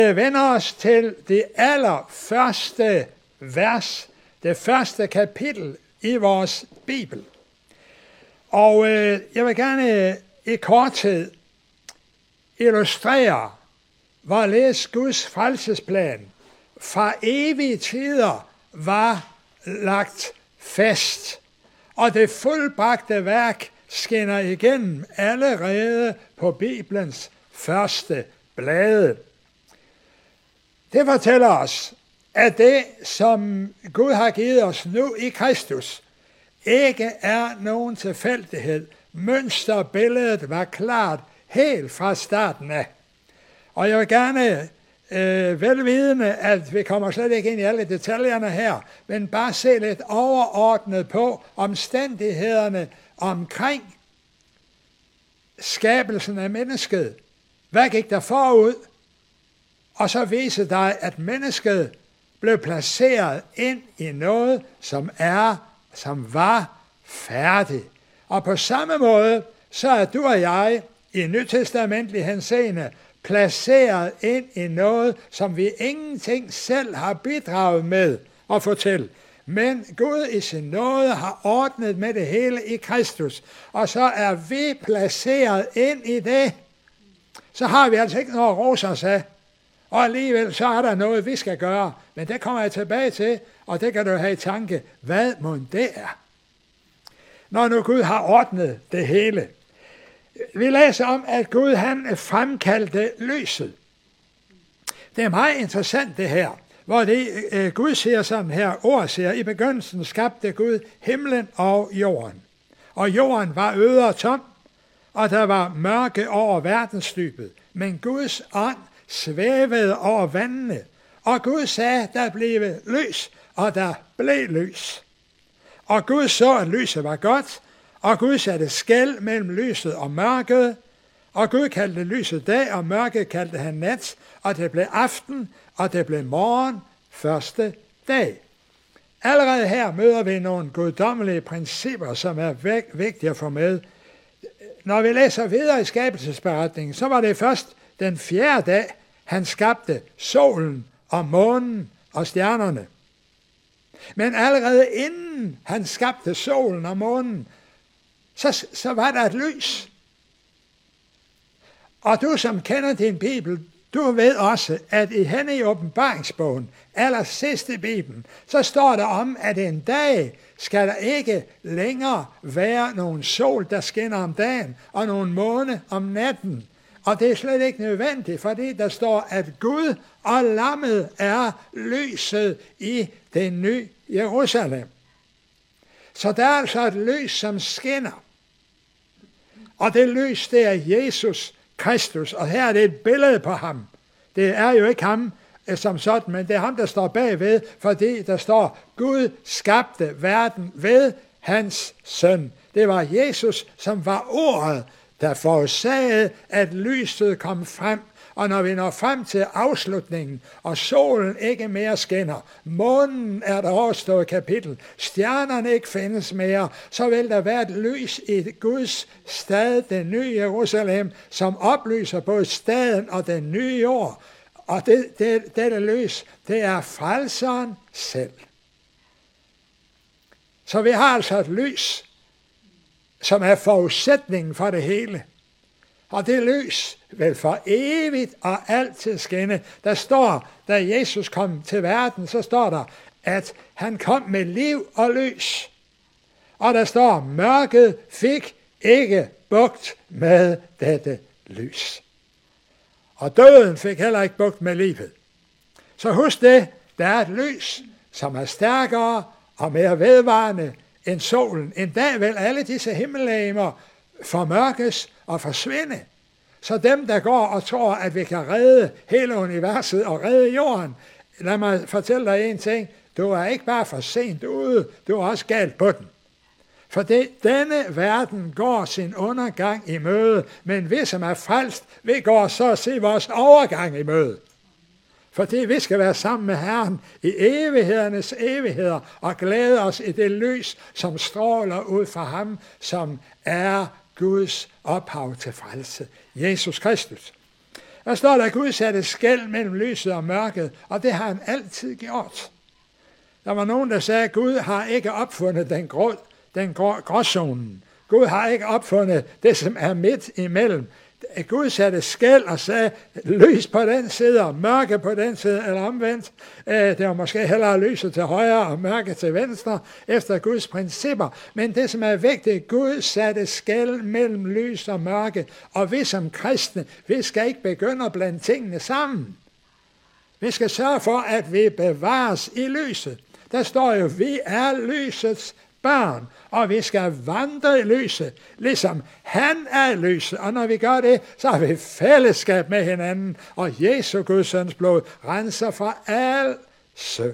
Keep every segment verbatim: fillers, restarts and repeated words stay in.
Vi vender os til det allerførste vers, det første kapitel i vores Bibel. Og øh, jeg vil gerne i korthed illustrere, hvorledes Guds frelsesplan fra evige tider var lagt fast. Og det fuldbragte værk skinner igennem allerede på Bibelens første blade. Det fortæller os, at det, som Gud har givet os nu i Kristus, ikke er nogen tilfældighed. Mønsterbilledet var klart helt fra starten af. Og jeg vil gerne øh, velvidende, at vi kommer slet ikke ind i alle detaljerne her, men bare se lidt overordnet på omstændighederne omkring skabelsen af mennesket. Hvad gik der forud? Og så viser det, at mennesket blev placeret ind i noget, som er, som var færdig. Og på samme måde, så er du og jeg i nytestamentlig henseende placeret ind i noget, som vi ingenting selv har bidraget med at fortælle. Men Gud i sin nåde har ordnet med det hele i Kristus. Og så er vi placeret ind i det. Så har vi altså ikke noget at rose os af. Og alligevel så er der noget, vi skal gøre. Men det kommer jeg tilbage til, og det kan du have i tanke. Hvad må det er? Når nu Gud har ordnet det hele. Vi læser om, at Gud han fremkaldte lyset. Det er meget interessant det her, hvor det, øh, Gud siger sådan her, ord siger, i begyndelsen skabte Gud himlen og jorden. Og jorden var øde og tom, og der var mørke over verdensdybet. Men Guds ånd svævede over vandene, og Gud sagde, der blev lys, og der blev lys. Og Gud så, at lyset var godt, og Gud satte skel mellem lyset og mørket, og Gud kaldte lyset dag, og mørket kaldte han nat, og det blev aften, og det blev morgen, første dag. Allerede her møder vi nogle guddommelige principper, som er vigtige at få med. Når vi læser videre i skabelsesberetningen, så var det først den fjerde dag, han skabte solen og månen og stjernerne. Men allerede inden han skabte solen og månen, så, så var der et lys. Og du, som kender din Bibel, du ved også, at i henne i åbenbaringsbogen, aller sidste Bibelen, så står der om, at en dag skal der ikke længere være nogen sol, der skinner om dagen, og nogen måne om natten. Og det er slet ikke nødvendigt, fordi der står, at Gud og lammet er lyset i det nye Jerusalem. Så der er altså et lys, som skinner. Og det lys, det er Jesus Kristus. Og her er det et billede på ham. Det er jo ikke ham som sådan, men det er ham, der står bagved, fordi der står, Gud skabte verden ved hans søn. Det var Jesus, som var ordet, der forårsagede, at lyset kom frem. Og når vi når frem til afslutningen, og solen ikke mere skinner, månen er der overstået kapitel, stjernerne ikke findes mere, så vil der være et lys i Guds stad, det nye Jerusalem, som oplyser både staden og den nye jord. Og det, det, dette lys, det er frelseren selv. Så vi har altså et lys, som er forudsætningen for det hele. Og det lys vil for evigt og altid skinne. Der står, da Jesus kom til verden, så står der, at han kom med liv og lys. Og der står, mørket fik ikke bugt med dette lys. Og døden fik heller ikke bugt med livet. Så husk det, der er et lys, som er stærkere og mere vedvarende end solen. En dag vil alle disse himmellegemer formørkes og forsvinde. Så dem, der går og tror, at vi kan redde hele universet og redde jorden, lad mig fortælle dig en ting. Du er ikke bare for sent ude, du er også galt på den. For det, denne verden går sin undergang i møde, men vi, som er frelst, vi går så at se vores overgang i møde. Fordi vi skal være sammen med Herren i evighedernes evigheder og glæde os i det lys, som stråler ud fra ham, som er Guds ophav til frelse, Jesus Kristus. Der står der, at Gud satte skel mellem lyset og mørket, og det har han altid gjort. Der var nogen, der sagde, at Gud har ikke opfundet den, grå, den grå, gråzonen. Gud har ikke opfundet det, som er midt imellem. Gud satte skel og sagde, lys på den side og mørke på den side, eller omvendt. Det var måske hellere lyset til højre og mørke til venstre, efter Guds principper. Men det, som er vigtigt, Gud satte skel mellem lys og mørke, og vi som kristne, vi skal ikke begynde at blande tingene sammen. Vi skal sørge for, at vi bevares i lyset. Der står jo, vi er lysets børn, og vi skal vandre i lyset, ligesom han er i lyset. Og når vi gør det, så har vi fællesskab med hinanden, og Jesu Guds søns blod renser fra al synd.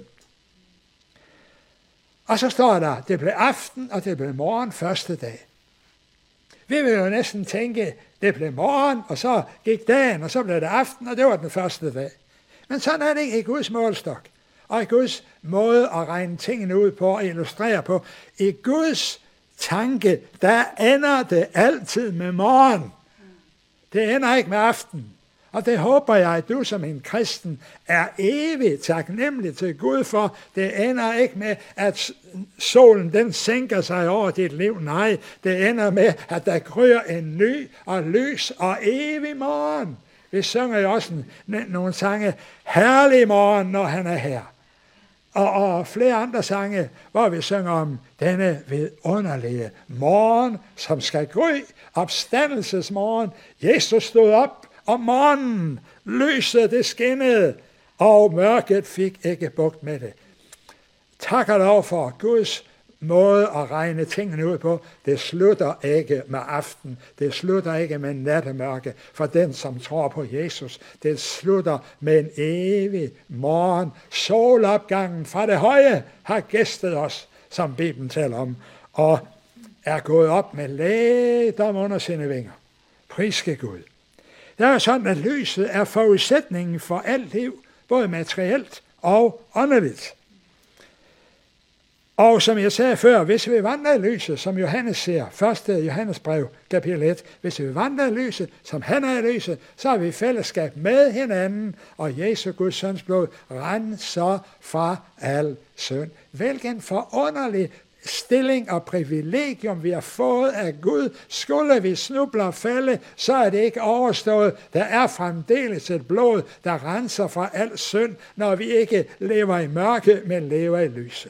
Og så står der, det blev aften, og det blev morgen første dag. Vi vil jo næsten tænke, det blev morgen, og så gik dagen, og så blev det aften, og det var den første dag. Men sådan er det ikke i Guds målstok. Og i Guds måde at regne tingene ud på og illustrere på. I Guds tanke, der ender det altid med morgen. Det ender ikke med aften. Og det håber jeg, at du som en kristen er evigt taknemmelig til Gud for. Det ender ikke med, at solen den sænker sig over dit liv. Nej, det ender med, at der gryer en ny og lys og evig morgen. Vi synger jo også nogle sange, herlig morgen, når han er her. Og, og flere andre sange, hvor vi synger om denne vidunderlige morgen, som skal gry, opstandelsesmorgen. Jesus stod op om morgenen, lyset det skinnede, og mørket fik ikke bugt med det. Tak og lov for Guds måde at regne tingene ud på. Det slutter ikke med aften. Det slutter ikke med nattemørke for den, som tror på Jesus. Det slutter med en evig morgen. Solopgangen fra det høje har gæstet os, som Bibelen taler om, og er gået op med lægedom under sine vinger. Priske Gud. Det er sådan, at lyset er forudsætningen for alt liv, både materielt og åndeligt. Og som jeg sagde før, hvis vi vandrer i lyset, som Johannes siger, første Johannes brev, kapitel et, hvis vi vandrer i lyset, som han er i lyset, så har vi fællesskab med hinanden, og Jesu Guds søns blod renser fra al synd. Hvilken forunderlig stilling og privilegium vi har fået af Gud. Skulle vi snuble og falde, så er det ikke overstået. Der er fremdeles et blod, der renser fra al synd, når vi ikke lever i mørke, men lever i lyset.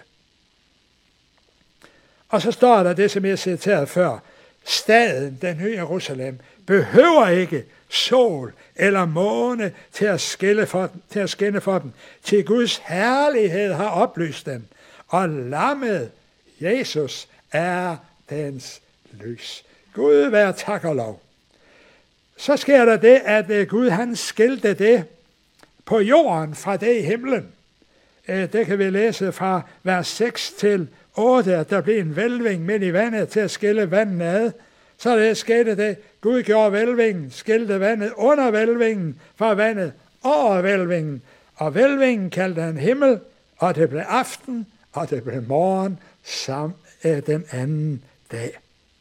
Og så står der det, som jeg citerede før. Staden, den nye Jerusalem, behøver ikke sol eller måne til at, skille for, til at skinne for dem. Til Guds herlighed har oplyst dem. Og lammet, Jesus, er dens lys. Gud være tak og lov. Så sker der det, at Gud han skilte det på jorden fra det i himlen. Det kan vi læse fra vers seks til otte, at der blev en hvælving midt i vandet til at skille vandet ad. Så det skete det. Gud gjorde hvælvingen, skilte vandet under hvælvingen fra vandet over hvælvingen. Og hvælvingen kaldte han himmel, og det blev aften, og det blev morgen samt øh, den anden dag.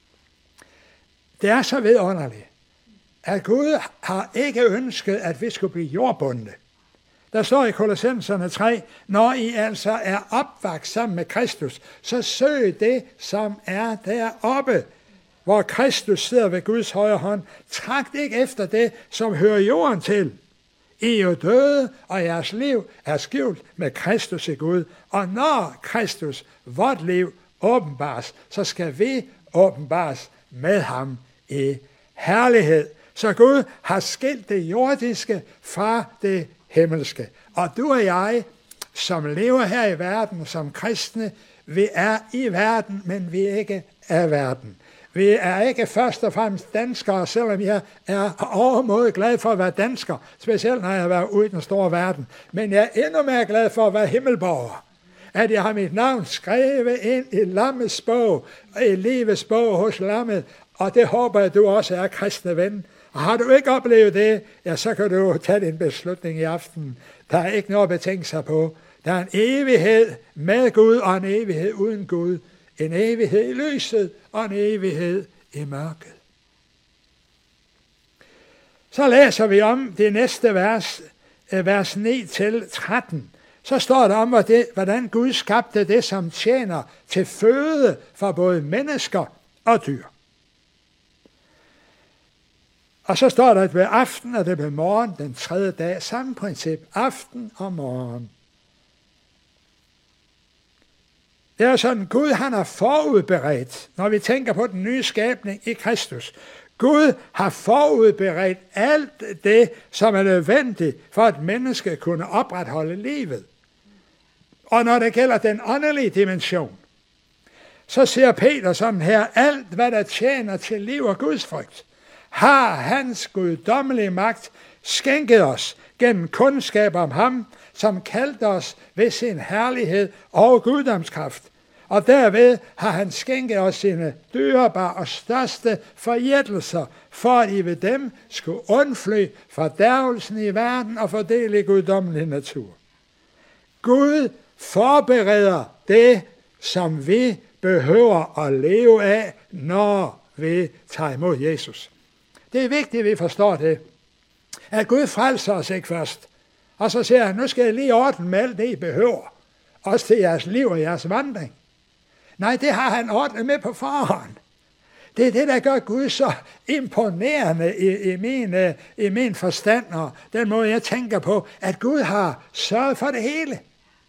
Det er så vidunderligt, at Gud har ikke ønsket, at vi skulle blive jordbundne. Der står i Kolossenserne tre, når I altså er opvakt sammen med Kristus, så søg det, som er deroppe, hvor Kristus sidder ved Guds højre hånd. Tragt ikke efter det, som hører jorden til. I er jo døde, og jeres liv er skjult med Kristus i Gud. Og når Kristus, vort liv, åbenbares, så skal vi åbenbares med ham i herlighed. Så Gud har skilt det jordiske fra det himmelske. Og du og jeg, som lever her i verden som kristne, vi er i verden, men vi er ikke af verden. Vi er ikke først og fremmest danskere, selvom jeg er overmåde glad for at være dansker, specielt når jeg har været ude i den store verden. Men jeg er endnu mere glad for at være himmelborger. At jeg har mit navn skrevet ind i lammets bog, i livets bog hos lammet, og det håber jeg, du også er, kristne ven. Og har du ikke oplevet det, ja, så kan du tage din beslutning i aften. Der er ikke noget at betænke sig på. Der er en evighed med Gud og en evighed uden Gud. En evighed i lyset og en evighed i mørket. Så læser vi om det næste vers, vers ni til tretten. Så står der om, hvordan Gud skabte det, som tjener til føde for både mennesker og dyr. Og så står der, at ved aften og det ved morgen, den tredje dag, samme princip, aften og morgen. Det er sådan, Gud han har forudberedt, når vi tænker på den nye skabning i Kristus. Gud har forudberedt alt det, som er nødvendigt for at menneske kunne opretholde livet. Og når det gælder den åndelige dimension, så siger Peter sådan her, alt hvad der tjener til liv og gudsfrygt, har hans guddommelige magt skænket os gennem kundskab om ham, som kaldte os ved sin herlighed og guddomskraft. Og derved har han skænket os sine dyrebare og største forjættelser, for at I ved dem skulle undfly fordærvelsen i verden og fordele guddommelig natur. Gud forbereder det, som vi behøver at leve af, når vi tager imod Jesus. Det er vigtigt, at vi forstår det. At Gud frelser os ikke først. Og så siger han, nu skal jeg lige ordne med alt det, I behøver. Også til jeres liv og jeres vandring. Nej, det har han ordnet med på forhånd. Det er det, der gør Gud så imponerende i, i, min, i min forstand, og den måde, jeg tænker på, at Gud har sørget for det hele.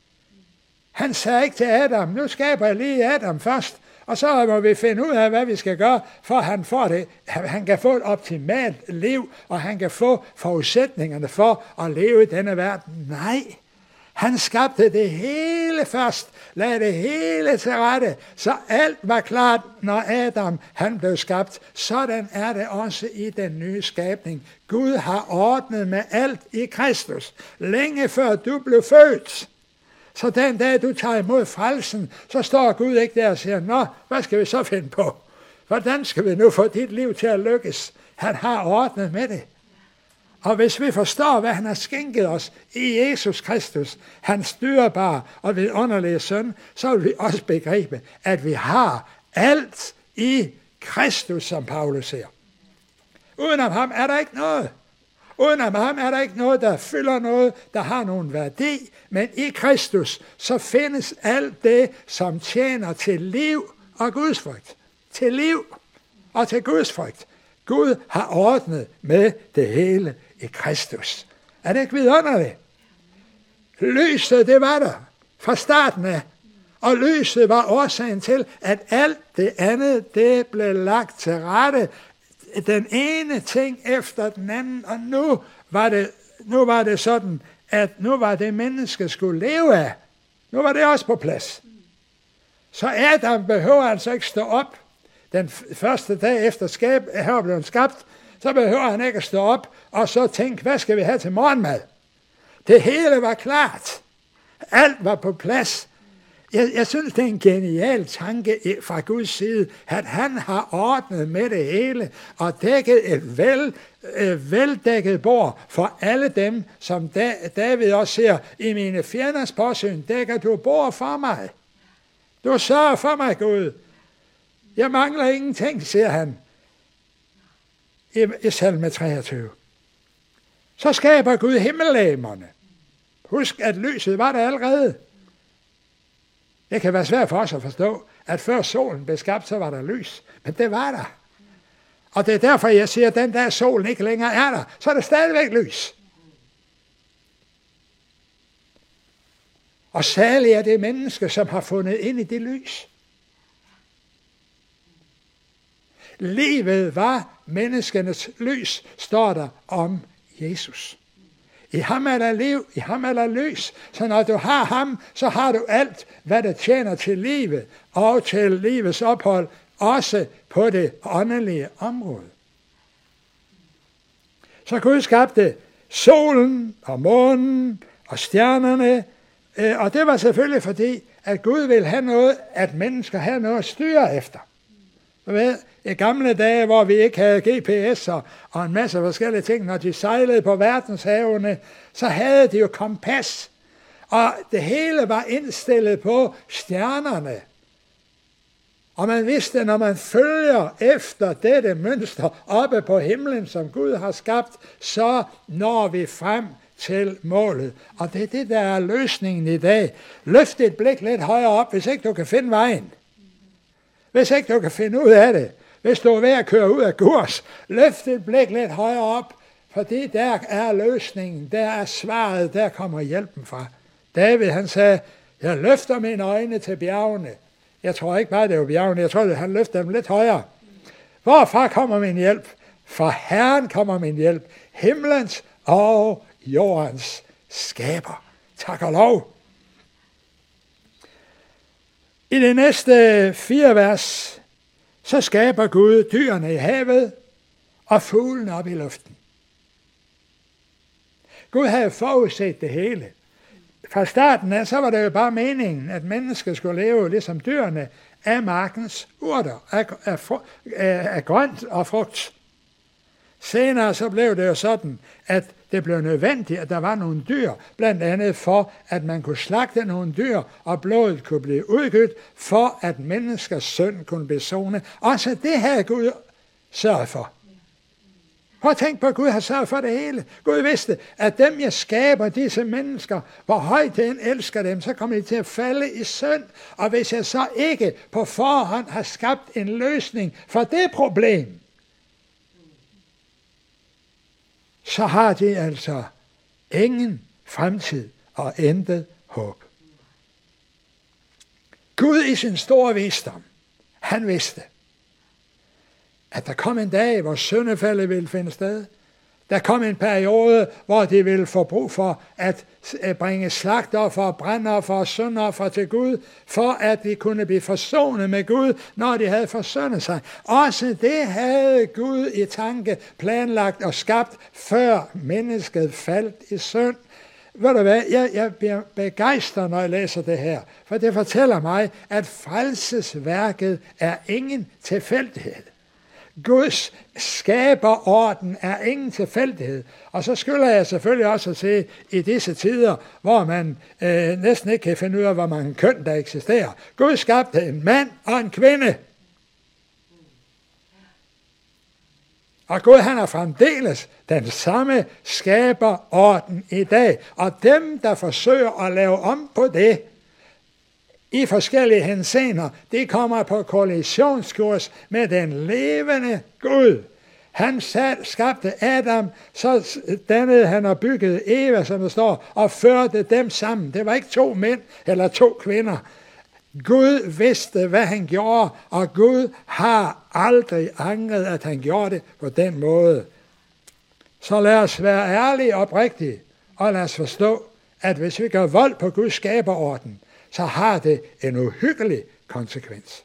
Han sagde ikke til Adam, nu skaber jeg lige Adam først, og så må vi finde ud af, hvad vi skal gøre, for at han, får det. Han kan få et optimalt liv, og han kan få forudsætningerne for at leve i denne verden. Nej, han skabte det hele først, lagde det hele til rette, så alt var klart, når Adam han blev skabt. Sådan er det også i den nye skabning. Gud har ordnet med alt i Kristus, længe før du blev født. Så den dag, du tager imod frelsen, så står Gud ikke der og siger, nå, hvad skal vi så finde på? Hvordan skal vi nu få dit liv til at lykkes? Han har ordnet med det. Og hvis vi forstår, hvad han har skænket os i Jesus Kristus, hans dyrebare og vidunderlige søn, så vil vi også begribe, at vi har alt i Kristus, som Paulus siger. Uden om ham er der ikke noget. Uden om ham er der ikke noget, der fylder noget, der har nogen værdi, men i Kristus, så findes alt det, som tjener til liv og gudsfrygt. Til liv og til gudsfrygt. Gud har ordnet med det hele i Kristus. Er det ikke vidunderligt? Lyset, det var der fra starten af. Og lyset var årsagen til, at alt det andet, det blev lagt til rette. Den ene ting efter den anden, og nu var det, nu var det sådan, at nu var det menneske skulle leve af. Nu var det også på plads. Så Adam behøver altså ikke stå op den første dag efter skab, her blev han skabt, så behøver han ikke at stå op og så tænke, hvad skal vi have til morgenmad? Det hele var klart. Alt var på plads. Jeg, jeg synes, det er en genial tanke fra Guds side, at han har ordnet med det hele og dækket et vel, øh, veldækket bord for alle dem, som da, David også siger, i mine fjenders påsyn dækker du bord for mig. Du sørger for mig, Gud. Jeg mangler ingenting, siger han i, i salme treogtyve. Så skaber Gud himmellegemerne. Husk, at lyset var der allerede. Det kan være svært for os at forstå, at før solen blev skabt, så var der lys. Men det var der. Og det er derfor, jeg siger, at den der solen ikke længere er der, så er der stadigvæk lys. Og særligt er det mennesker, som har fundet ind i det lys. Livet var menneskenes lys, står der om Jesus. I ham er der liv, i ham er der lys. Så når du har ham, så har du alt, hvad der tjener til livet og til livets ophold, også på det åndelige område. Så Gud skabte solen og månen og stjernerne, og det var selvfølgelig fordi, at Gud ville have noget, at mennesker havde noget at styre efter. Du ved, i gamle dage, hvor vi ikke havde G P S og, og en masse forskellige ting, når de sejlede på verdenshavene, så havde de jo kompas. Og det hele var indstillet på stjernerne. Og man vidste, når man følger efter dette mønster oppe på himlen, som Gud har skabt, så når vi frem til målet. Og det er det, der er løsningen i dag. Løft et blik lidt højere op, hvis ikke du kan finde vejen. Hvis ikke du kan finde ud af det. Hvis du er ved at køre ud af kurs, løft et blik lidt højere op, fordi der er løsningen, der er svaret, der kommer hjælpen fra. David, han sagde, jeg løfter mine øjne til bjergene. Jeg tror ikke bare, det var bjergene, jeg tror, at han løfter dem lidt højere. Hvorfra kommer min hjælp? Fra Herren kommer min hjælp. Himlens og jordens skaber. Tak og lov. I det næste fire vers, så skaber Gud dyrene i havet og fuglene op i luften. Gud havde forudset det hele. Fra starten af, så var det jo bare meningen, at mennesker skulle leve ligesom dyrene af markens urter, af, af, af, af grønt og frugt. Senere så blev det jo sådan, at det blev nødvendigt, at der var nogle dyr, blandt andet for, at man kunne slagte nogle dyr, og blodet kunne blive udgydt, for at menneskers synd kunne blive sonet. Også det havde Gud sørget for. Prøv at tænke på, at Gud har sørget for det hele. Gud vidste, at dem, jeg skaber, disse mennesker, hvor højt jeg elsker dem, så kommer de til at falde i synd. Og hvis jeg så ikke på forhånd har skabt en løsning for det problem, så har de altså ingen fremtid og intet håb. Gud i sin store visdom, han vidste, at der kom en dag, hvor syndefaldet ville finde sted. Der kom en periode, hvor de ville få brug for at bringe slagtoffer og brandoffer og syndoffer til Gud, for at de kunne blive forsonet med Gud, når de havde forsøndet sig. Også det havde Gud i tanke planlagt og skabt, før mennesket faldt i synd. Ved du hvad, jeg, jeg bliver begejstret, når jeg læser det her, for det fortæller mig, at frelsesværket er ingen tilfældighed. Guds skaberorden er ingen tilfældighed. Og så skylder jeg selvfølgelig også at se i disse tider, hvor man øh, næsten ikke kan finde ud af, hvor mange køn der eksisterer. Gud skabte en mand og en kvinde. Og Gud, han har fremdeles den samme skaberorden i dag. Og dem, der forsøger at lave om på det, i forskellige henseender, det kommer på kollisionskurs med den levende Gud. Han sat, skabte Adam, så dannede han og byggede Eva, som der står, og førte dem sammen. Det var ikke to mænd eller to kvinder. Gud vidste, hvad han gjorde, og Gud har aldrig angret, at han gjorde det på den måde. Så lad os være ærlige og oprigtige, og lad os forstå, at hvis vi gør vold på Guds skaberorden, så har det en uhyggelig konsekvens.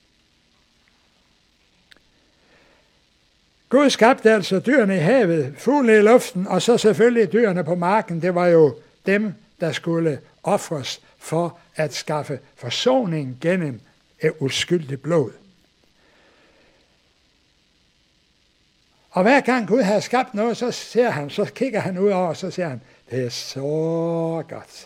Gud skabte altså dyrene i havet, fuglene i luften, og så selvfølgelig dyrene på marken. Det var jo dem, der skulle ofres for at skaffe forsoning gennem et uskyldigt blod. Og hver gang Gud har skabt noget, så ser han, så kigger han ud over, og så siger han, det er så godt.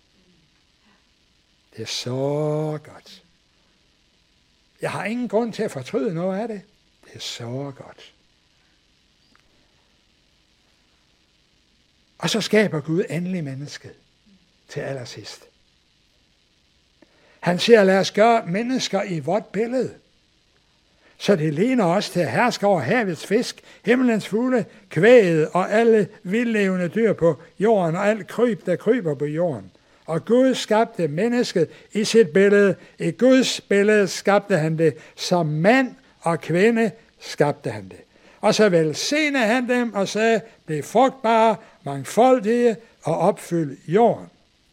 Det er så godt. Jeg har ingen grund til at fortryde noget af det. Det er så godt. Og så skaber Gud endelig mennesket til allersidst. Han siger, lad os gøre mennesker i vort billede, så det ligner os til at herske over havets fisk, himlens fugle, kvæget og alle vildlevende dyr på jorden og alt kryb, der kryber på jorden. Og Gud skabte mennesket i sit billede. I Guds billede skabte han det. Som mand og kvinde skabte han det. Og så velsignede han dem og sagde, bliv frugtbare, mangfoldige og opfyld jorden.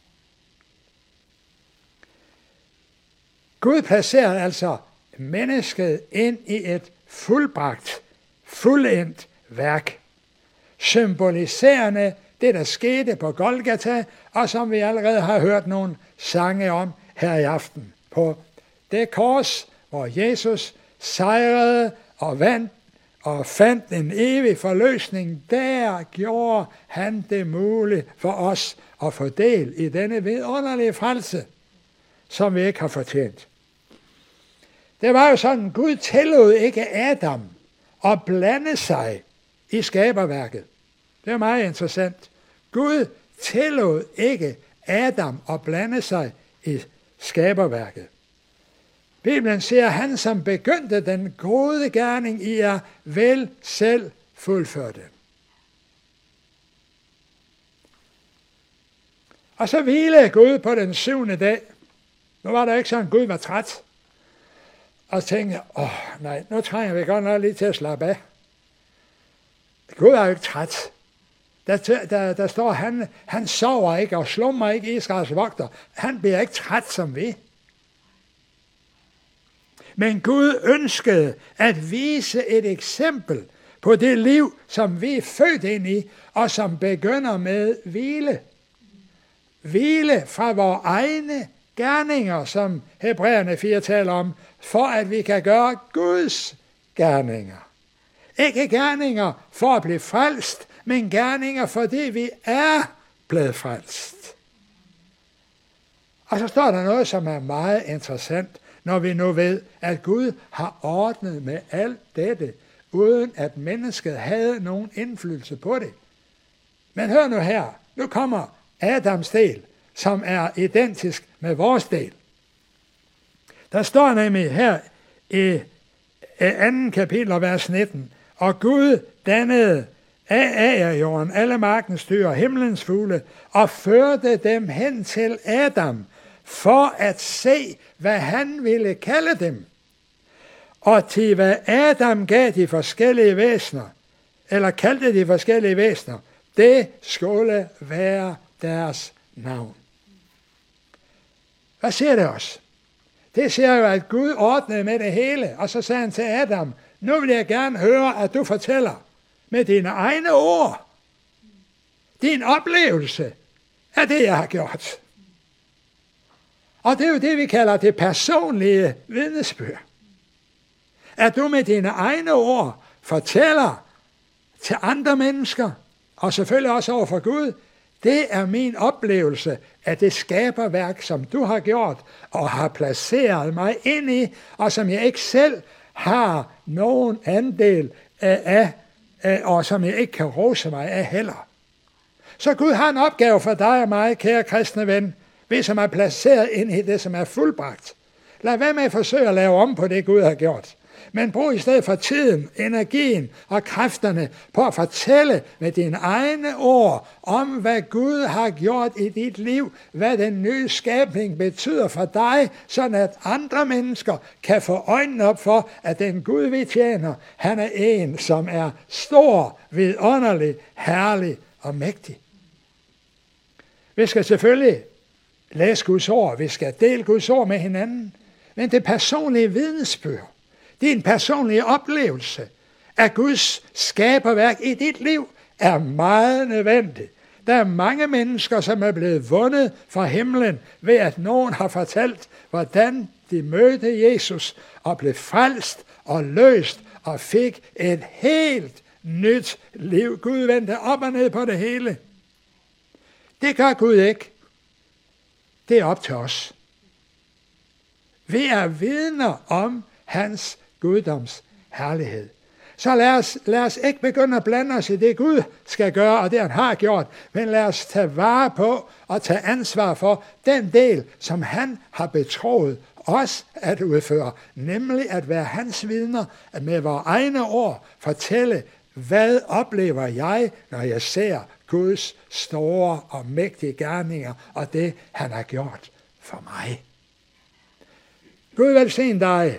Gud placerede altså mennesket ind i et fuldbragt, fuldendt værk, symboliserende det, der skete på Golgata, og som vi allerede har hørt nogle sange om her i aften. På det kors, hvor Jesus sejrede og vandt og fandt en evig forløsning, der gjorde han det muligt for os at få del i denne vidunderlige frelse, som vi ikke har fortjent. Det var jo sådan, Gud tillod ikke Adam at blande sig i skaberværket. Det er meget interessant. Gud tillod ikke Adam at blande sig i skaberværket. Bibelen siger, at han som begyndte den gode gerning i jer, vel selv fuldførte. Og så hvilede Gud på den syvende dag. Nu var der ikke sådan, at Gud var træt. Og tænkte, åh nej, nu trænger vi godt nok lige til at slappe af. Gud er jo ikke træt. Der, der, der står, han, han sover ikke og slummer ikke Israels vogter. Han bliver ikke træt som vi. Men Gud ønskede at vise et eksempel på det liv, som vi er født ind i, og som begynder med hvile. Hvile fra vores egne gerninger, som Hebræerne fire taler om, for at vi kan gøre Guds gerninger. Ikke gerninger for at blive frelst, men gerninger fordi vi er blevet frelst. Og så står der noget, som er meget interessant, når vi nu ved, at Gud har ordnet med alt dette, uden at mennesket havde nogen indflydelse på det. Men hør nu her, nu kommer Adams del, som er identisk med vores del. Der står nemlig her i anden kapitel, vers nitten, og Gud dannede af agerjorden alle markens dyr og himlens fugle, og førte dem hen til Adam, for at se, hvad han ville kalde dem. Og til hvad Adam gav de forskellige væsener, eller kaldte de forskellige væsener, det skulle være deres navn. Hvad siger det os? Det siger jo, at Gud ordnede med det hele, og så sagde han til Adam, nu vil jeg gerne høre, at du fortæller med dine egne ord, din oplevelse af det, jeg har gjort. Og det er jo det, vi kalder det personlige vidnesbyrd. At du med dine egne ord fortæller til andre mennesker, og selvfølgelig også over for Gud, det er min oplevelse af det skaberværk, som du har gjort og har placeret mig ind i, og som jeg ikke selv har nogen andel af, af og som jeg ikke kan rose mig af heller. Så Gud har en opgave for dig og mig, kære kristne ven, vi som er placeret ind i det, som er fuldbragt. Lad være med at forsøge at lave om på det, Gud har gjort. Men brug i stedet for tiden, energien og kræfterne på at fortælle med dine egne ord om, hvad Gud har gjort i dit liv, hvad den nye skabning betyder for dig, sådan at andre mennesker kan få øjnene op for, at den Gud, vi tjener, han er en, som er stor, vidunderlig, herlig og mægtig. Vi skal selvfølgelig læse Guds ord, vi skal dele Guds ord med hinanden, men det personlige vidnesbyrd, din personlige oplevelse af Guds skaberværk i dit liv er meget nødvendigt. Der er mange mennesker, som er blevet vundet fra himlen ved, at nogen har fortalt, hvordan de mødte Jesus og blev frelst og løst og fik et helt nyt liv. Gud vendte op og ned på det hele. Det gør Gud ikke. Det er op til os. Vi er vidner om hans guddoms herlighed. Så lad os, lad os ikke begynde at blande os i det, Gud skal gøre, og det han har gjort, men lad os tage vare på og tage ansvar for den del, som han har betroet os at udføre, nemlig at være hans vidner, at med vores egne ord fortælle, hvad oplever jeg, når jeg ser Guds store og mægtige gerninger, og det han har gjort for mig. Gud velsigne dig.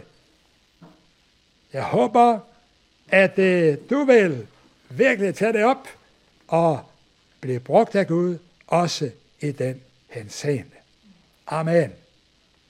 Jeg håber, at øh, du vil virkelig tage det op og blive brugt af Gud, også i den henseende. Amen.